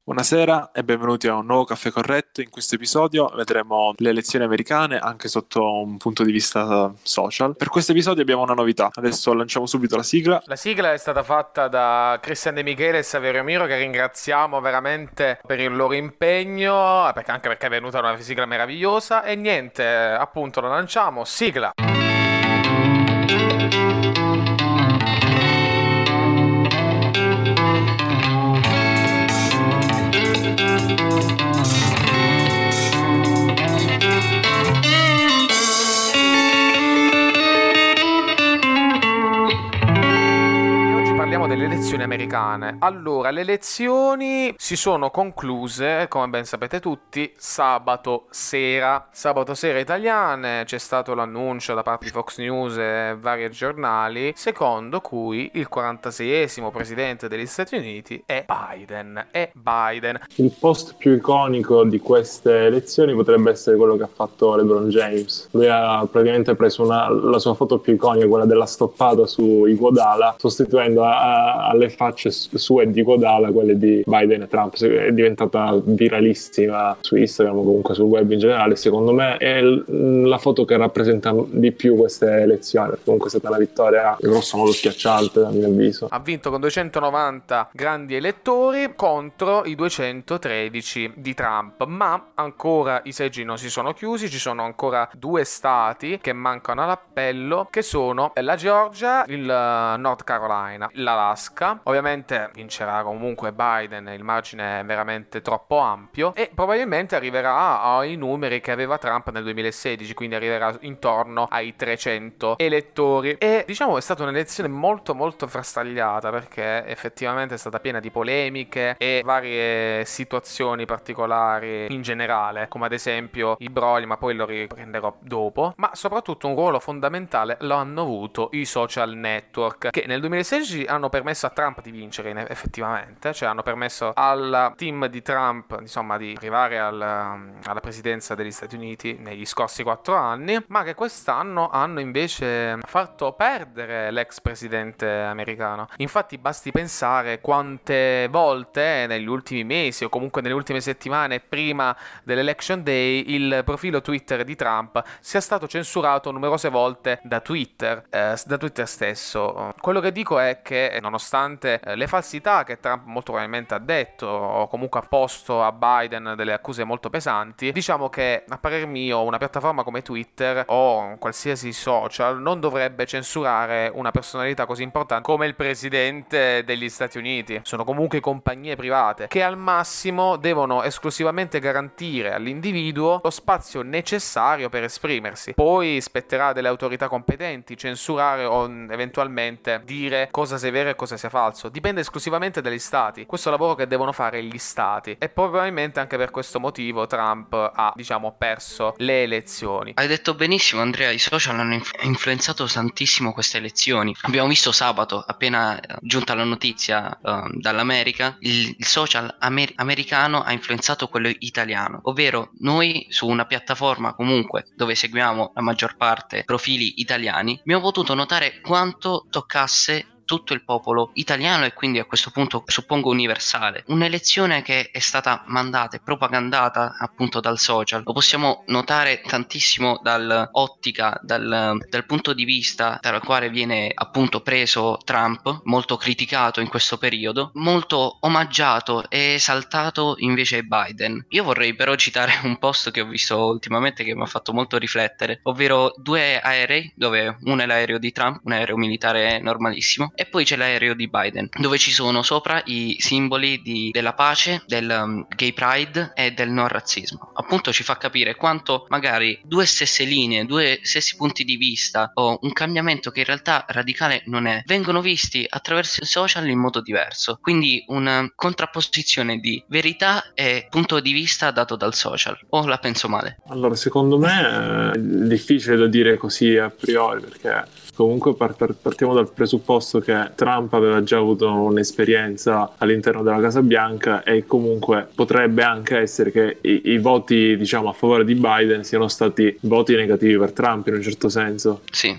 Buonasera e benvenuti a un nuovo Caffè Corretto. In questo episodio vedremo le elezioni americane anche sotto un punto di vista social. Per questo episodio abbiamo una novità. Adesso lanciamo subito la sigla. La sigla è stata fatta da Christian De Michele e Saverio Miro, che ringraziamo veramente per il loro impegno, anche perché è venuta una sigla meravigliosa. E niente, appunto, la lanciamo. Sigla! Oggi parliamo delle elezioni americane. Allora, le elezioni si sono concluse, come ben sapete tutti, sabato sera. Sabato sera italiane c'è stato l'annuncio da parte di Fox News e vari giornali, secondo cui il 46esimo presidente degli Stati Uniti è Biden. Il post più iconico di queste elezioni potrebbe essere quello che ha fatto LeBron James. Lui ha praticamente preso la sua foto più iconica, quella della stoppata su Iguodala, sostituendo alle facce sue di Iguodala quelle di Biden e Trump. È diventata viralissima su Instagram o comunque sul web in generale. Secondo me è la foto che rappresenta di più queste elezioni, perché comunque è stata una vittoria grosso modo schiacciante, a mio avviso. Ha vinto con 290 grandi elettori contro i 213 di Trump, ma ancora i seggi non si sono chiusi, ci sono ancora due stati che mancano all'appello, che sono la Georgia, il North Carolina, l'Alaska. Ovviamente vincerà comunque Biden, il margine è veramente troppo ampio e probabilmente arriverà ai numeri che aveva Trump nel 2016, quindi arriverà intorno ai 300 elettori. E diciamo è stata un'elezione molto frastagliata, perché effettivamente è stata piena di polemiche e varie situazioni particolari in generale, come ad esempio i brogli, ma poi lo riprenderò dopo. Ma soprattutto un ruolo fondamentale lo hanno avuto i social network, che nel 2016 hanno permesso a Trump di vincere effettivamente, cioè hanno permesso al team di Trump insomma di arrivare alla presidenza degli Stati Uniti negli scorsi 4 anni, ma che quest'anno hanno invece fatto perdere l'ex presidente americano. Infatti basti pensare quante volte negli ultimi mesi o comunque nelle ultime settimane prima dell'election day il profilo Twitter di Trump sia stato censurato numerose volte da Twitter stesso. Quello che dico è che nonostante le falsità che Trump molto probabilmente ha detto o comunque ha posto a Biden delle accuse molto pesanti, diciamo che a parer mio una piattaforma come Twitter o qualsiasi social non dovrebbe censurare una personalità così importante come il presidente degli Stati Uniti. Sono comunque compagnie private che al massimo devono esclusivamente garantire all'individuo lo spazio necessario per esprimersi. Poi spetterà delle autorità competenti censurare o eventualmente dire cosa sia vero e cosa sia falso. Dipende esclusivamente dagli stati. Questo è il lavoro che devono fare gli stati e probabilmente anche per questo motivo Trump ha, diciamo, perso le elezioni. Hai detto benissimo, Andrea, i social hanno influenzato tantissimo queste elezioni. Abbiamo visto sabato, appena giunta la notizia dall'America, il social americano ha influenzato quello italiano, ovvero noi su una piattaforma comunque dove seguiamo la maggior parte profili italiani, abbiamo potuto notare quanto toccasse tutto il popolo italiano e quindi a questo punto suppongo universale. Un'elezione che è stata mandata e propagandata appunto dal social. Lo possiamo notare tantissimo dall'ottica, dal punto di vista dal quale viene appunto preso Trump, molto criticato in questo periodo, molto omaggiato e esaltato invece Biden. Io vorrei però citare un post che ho visto ultimamente che mi ha fatto molto riflettere, ovvero due aerei, dove uno è l'aereo di Trump, un aereo militare normalissimo, e poi c'è l'aereo di Biden, dove ci sono sopra i simboli della pace, del gay pride e del non razzismo. Appunto ci fa capire quanto magari due stesse linee, due stessi punti di vista o un cambiamento che in realtà radicale non è, vengono visti attraverso i social in modo diverso. Quindi una contrapposizione di verità e punto di vista dato dal social. O la penso male? Allora, secondo me è difficile da dire così a priori, perché comunque partiamo dal presupposto che che Trump aveva già avuto un'esperienza all'interno della Casa Bianca e comunque potrebbe anche essere che i voti, diciamo, a favore di Biden siano stati voti negativi per Trump in un certo senso. Sì,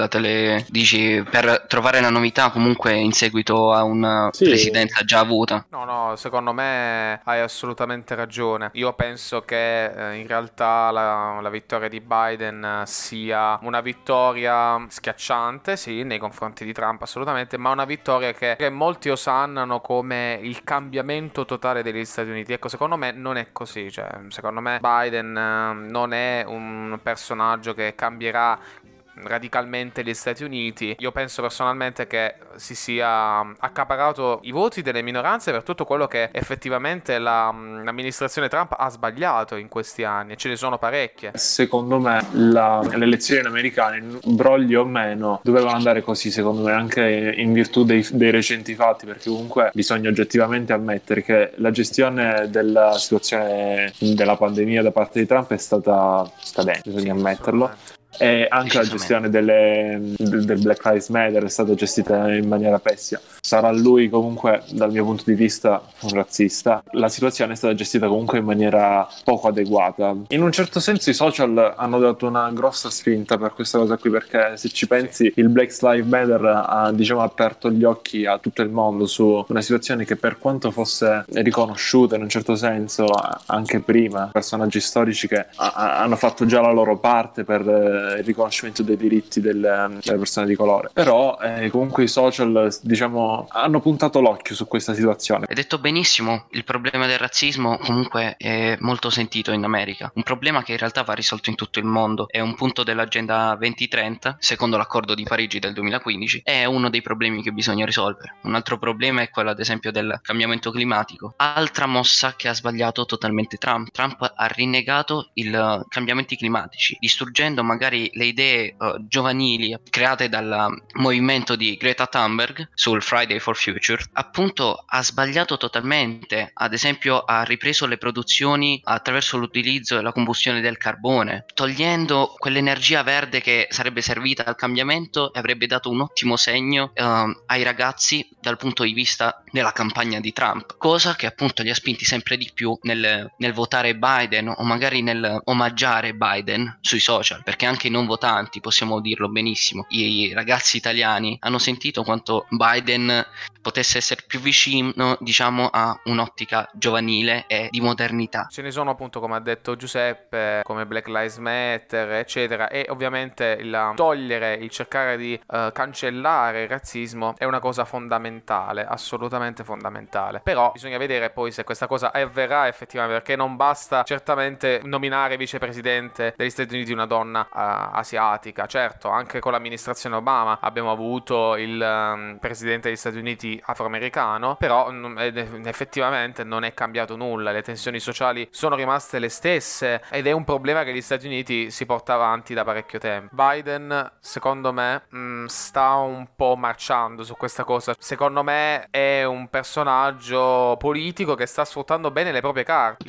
dici per trovare la novità comunque in seguito a una presidenza già avuta. No, secondo me hai assolutamente ragione. Io penso che in realtà la vittoria di Biden sia una vittoria schiacciante, sì, nei confronti di Trump assolutamente, ma una vittoria che molti osannano come il cambiamento totale degli Stati Uniti. Ecco, secondo me non è così, cioè, secondo me Biden non è un personaggio che cambierà radicalmente gli Stati Uniti. Io penso personalmente che si sia accaparato i voti delle minoranze per tutto quello che effettivamente l'amministrazione Trump ha sbagliato in questi anni, e ce ne sono parecchie. Secondo me le elezioni americane, brogli o meno, dovevano andare così, secondo me, anche in virtù dei recenti fatti, perché comunque bisogna oggettivamente ammettere che la gestione della situazione della pandemia da parte di Trump è stata scadente, bisogna ammetterlo. E anche la gestione del Black Lives Matter è stata gestita in maniera pessima. Sarà lui comunque, dal mio punto di vista, un razzista. La situazione è stata gestita comunque in maniera poco adeguata. In un certo senso i social hanno dato una grossa spinta per questa cosa qui, perché se ci pensi il Black Lives Matter ha, diciamo, aperto gli occhi a tutto il mondo su una situazione che, per quanto fosse riconosciuta in un certo senso anche prima, personaggi storici che hanno fatto già la loro parte per il riconoscimento dei diritti delle persone di colore, però comunque i social, diciamo, hanno puntato l'occhio su questa situazione. Hai detto benissimo, il problema del razzismo comunque è molto sentito in America, un problema che in realtà va risolto in tutto il mondo, è un punto dell'agenda 2030 secondo l'accordo di Parigi del 2015, è uno dei problemi che bisogna risolvere. Un altro problema è quello, ad esempio, del cambiamento climatico, altra mossa che ha sbagliato totalmente Trump ha rinnegato i cambiamenti climatici, distruggendo magari le idee giovanili create dal movimento di Greta Thunberg sul Friday for Future. Appunto ha sbagliato totalmente, ad esempio ha ripreso le produzioni attraverso l'utilizzo e la combustione del carbone, togliendo quell'energia verde che sarebbe servita al cambiamento e avrebbe dato un ottimo segno ai ragazzi dal punto di vista della campagna di Trump, cosa che appunto li ha spinti sempre di più nel votare Biden o magari nel omaggiare Biden sui social, perché anche i non votanti, possiamo dirlo benissimo, i ragazzi italiani hanno sentito quanto Biden potesse essere più vicino, diciamo, a un'ottica giovanile e di modernità. Ce ne sono, appunto, come ha detto Giuseppe, come Black Lives Matter, eccetera, e ovviamente il togliere, il cercare di cancellare il razzismo è una cosa fondamentale, assolutamente fondamentale. Però bisogna vedere poi se questa cosa avverrà effettivamente, perché non basta certamente nominare vicepresidente degli Stati Uniti una donna asiatica. Certo, anche con l'amministrazione Obama abbiamo avuto il presidente degli Stati Uniti afroamericano, però effettivamente non è cambiato nulla, le tensioni sociali sono rimaste le stesse ed è un problema che gli Stati Uniti si porta avanti da parecchio tempo. Biden, secondo me, sta un po' marciando su questa cosa. Secondo me è un personaggio politico che sta sfruttando bene le proprie carte.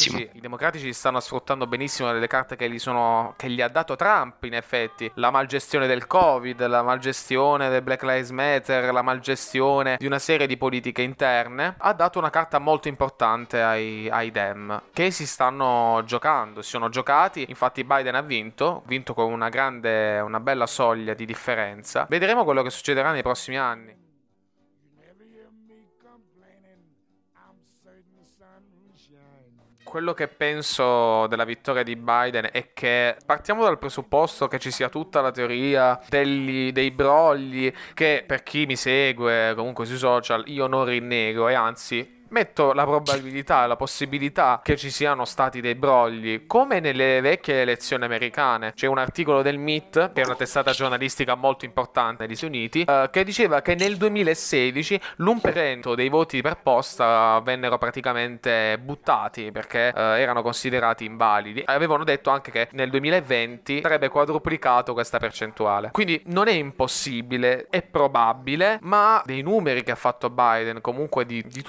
I democratici stanno sfruttando benissimo le carte che gli ha dato Trump, in effetti. La malgestione del Covid, la malgestione del Black Lives Matter, la malgestione di una serie di politiche interne, ha dato una carta molto importante ai Dem, che si sono giocati. Infatti Biden ha vinto con una bella soglia di differenza. Vedremo quello che succederà nei prossimi anni. Quello che penso della vittoria di Biden è che partiamo dal presupposto che ci sia tutta la teoria dei brogli, che per chi mi segue comunque sui social io non rinnego, e anzi metto la probabilità, la possibilità che ci siano stati dei brogli, come nelle vecchie elezioni americane. C'è un articolo del MIT, che è una testata giornalistica molto importante negli Stati Uniti, che diceva che nel 2016 l'1% dei voti per posta vennero praticamente buttati perché erano considerati invalidi. Avevano detto anche che nel 2020 sarebbe quadruplicato questa percentuale. Quindi non è impossibile, è probabile, ma dei numeri che ha fatto Biden, comunque di tutte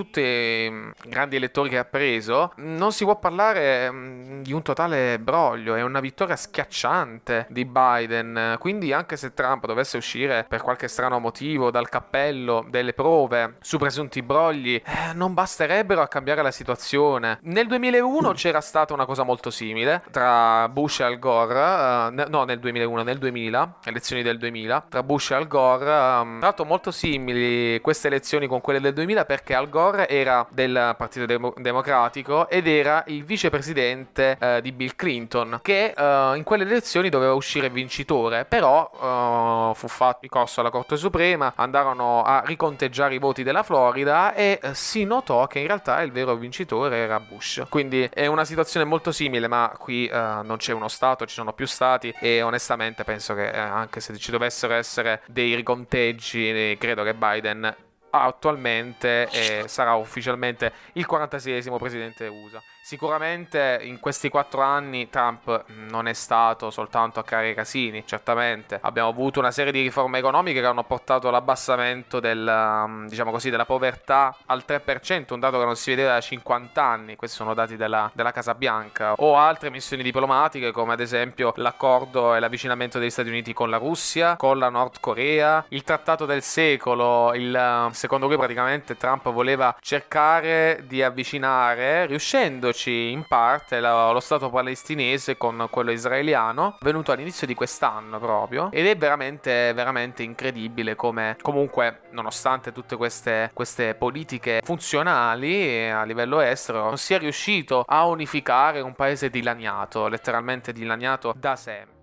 grandi elettori che ha preso, non si può parlare di un totale broglio, è una vittoria schiacciante di Biden, quindi anche se Trump dovesse uscire per qualche strano motivo dal cappello delle prove su presunti brogli, non basterebbero a cambiare la situazione. Nel 2001 c'era stata una cosa molto simile tra Bush e Al Gore, no, nel 2001, nel 2000, elezioni del 2000, tra Bush e Al Gore, tra l'altro molto simili queste elezioni con quelle del 2000 perché Al Gore era del Partito Democratico ed era il vicepresidente di Bill Clinton, che in quelle elezioni doveva uscire vincitore, però fu fatto ricorso alla Corte Suprema, andarono a riconteggiare i voti della Florida e si notò che in realtà il vero vincitore era Bush. Quindi è una situazione molto simile, ma qui non c'è uno stato, ci sono più stati e onestamente penso che anche se ci dovessero essere dei riconteggi, credo che Biden attualmente sarà ufficialmente il 46esimo presidente USA. Sicuramente in questi 4 anni Trump non è stato soltanto a creare casini, certamente abbiamo avuto una serie di riforme economiche che hanno portato all'abbassamento diciamo così, della povertà al 3%, un dato che non si vedeva da 50 anni, questi sono dati della Casa Bianca, o altre missioni diplomatiche come ad esempio l'accordo e l'avvicinamento degli Stati Uniti con la Russia, con la Nord Corea, il trattato del secolo, secondo cui praticamente Trump voleva cercare di avvicinare, riuscendoci in parte, lo Stato palestinese con quello israeliano, venuto all'inizio di quest'anno proprio, ed è veramente veramente incredibile come comunque nonostante tutte queste politiche funzionali a livello estero non sia riuscito a unificare un paese dilaniato, letteralmente dilaniato da sempre.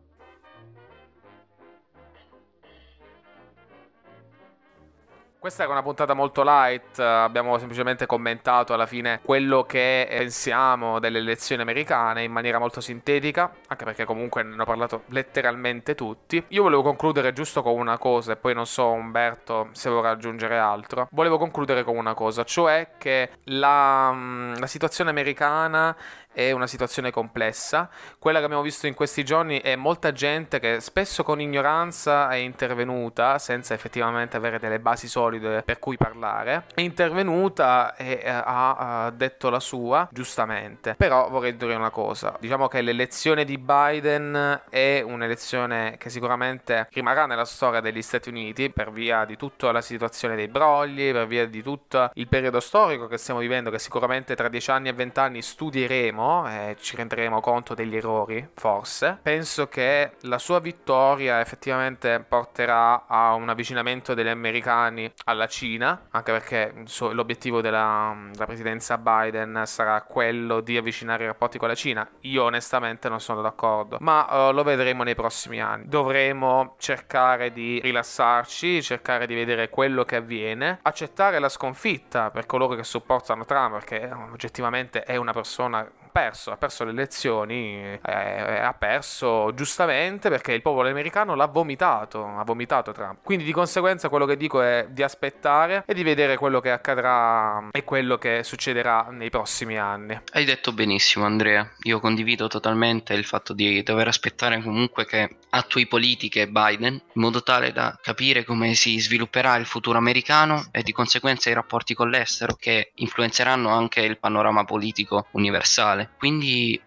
Questa era una puntata molto light, abbiamo semplicemente commentato alla fine quello che pensiamo delle elezioni americane in maniera molto sintetica, anche perché comunque ne hanno parlato letteralmente tutti. Io volevo concludere giusto con una cosa, e poi non so Umberto se vorrà aggiungere altro. Volevo concludere con una cosa, cioè che la situazione americana è una situazione complessa. Quella che abbiamo visto in questi giorni è molta gente che spesso con ignoranza è intervenuta senza effettivamente avere delle basi solide per cui parlare, è intervenuta e ha detto la sua giustamente. Però vorrei dire una cosa, diciamo che l'elezione di Biden è un'elezione che sicuramente rimarrà nella storia degli Stati Uniti per via di tutta la situazione dei brogli, per via di tutto il periodo storico che stiamo vivendo, che sicuramente tra 10 anni e 20 anni studieremo e ci renderemo conto degli errori, forse. Penso che la sua vittoria effettivamente porterà a un avvicinamento degli americani alla Cina, anche perché l'obiettivo della presidenza Biden sarà quello di avvicinare i rapporti con la Cina. Io onestamente non sono d'accordo, ma lo vedremo nei prossimi anni. Dovremo cercare di rilassarci, cercare di vedere quello che avviene, accettare la sconfitta per coloro che supportano Trump, perché oggettivamente è una persona ha perso le elezioni, ha perso giustamente perché il popolo americano ha vomitato Trump. Quindi di conseguenza quello che dico è di aspettare e di vedere quello che accadrà e quello che succederà nei prossimi anni. Hai detto benissimo Andrea, io condivido totalmente il fatto di dover aspettare comunque che attui politiche Biden in modo tale da capire come si svilupperà il futuro americano e di conseguenza i rapporti con l'estero che influenzeranno anche il panorama politico universale. Quindi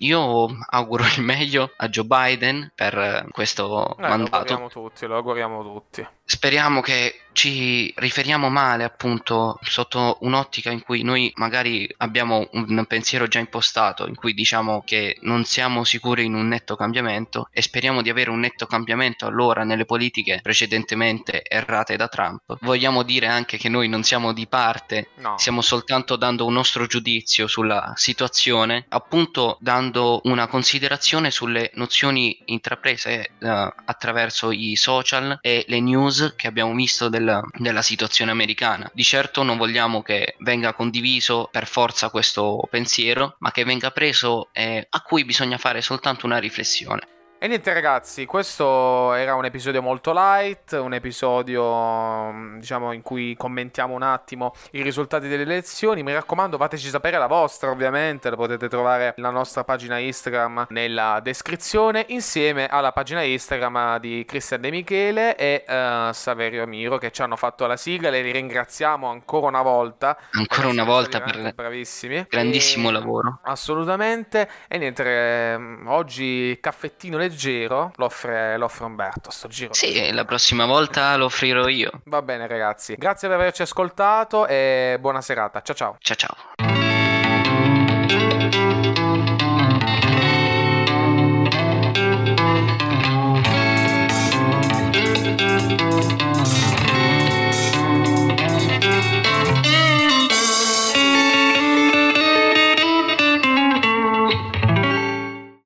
io auguro il meglio a Joe Biden per questo mandato. Lo auguriamo tutti. Speriamo che ci riferiamo male appunto sotto un'ottica in cui noi magari abbiamo un pensiero già impostato, in cui diciamo che non siamo sicuri in un netto cambiamento e speriamo di avere un netto cambiamento allora nelle politiche precedentemente errate da Trump. Vogliamo dire anche che noi non siamo di parte, no. Stiamo soltanto dando un nostro giudizio sulla situazione, appunto dando una considerazione sulle nozioni intraprese attraverso i social e le news che abbiamo visto della situazione americana. Di certo non vogliamo che venga condiviso per forza questo pensiero, ma che venga preso a cui bisogna fare soltanto una riflessione. E niente ragazzi, questo era un episodio molto light, un episodio diciamo in cui commentiamo un attimo i risultati delle elezioni. Mi raccomando, fateci sapere la vostra, ovviamente, la potete trovare nella nostra pagina Instagram nella descrizione, insieme alla pagina Instagram di Cristian De Michele e Saverio Miro, che ci hanno fatto la sigla. Le ringraziamo ancora una volta. Ancora una Siete volta veramente per bravissimi. grandissimo lavoro. Assolutamente. E niente, oggi caffettino leggero lo offre Umberto sto giro. Sì, la prossima volta lo offrirò io. Va bene ragazzi, grazie per averci ascoltato e buona serata. Ciao ciao. Ciao ciao.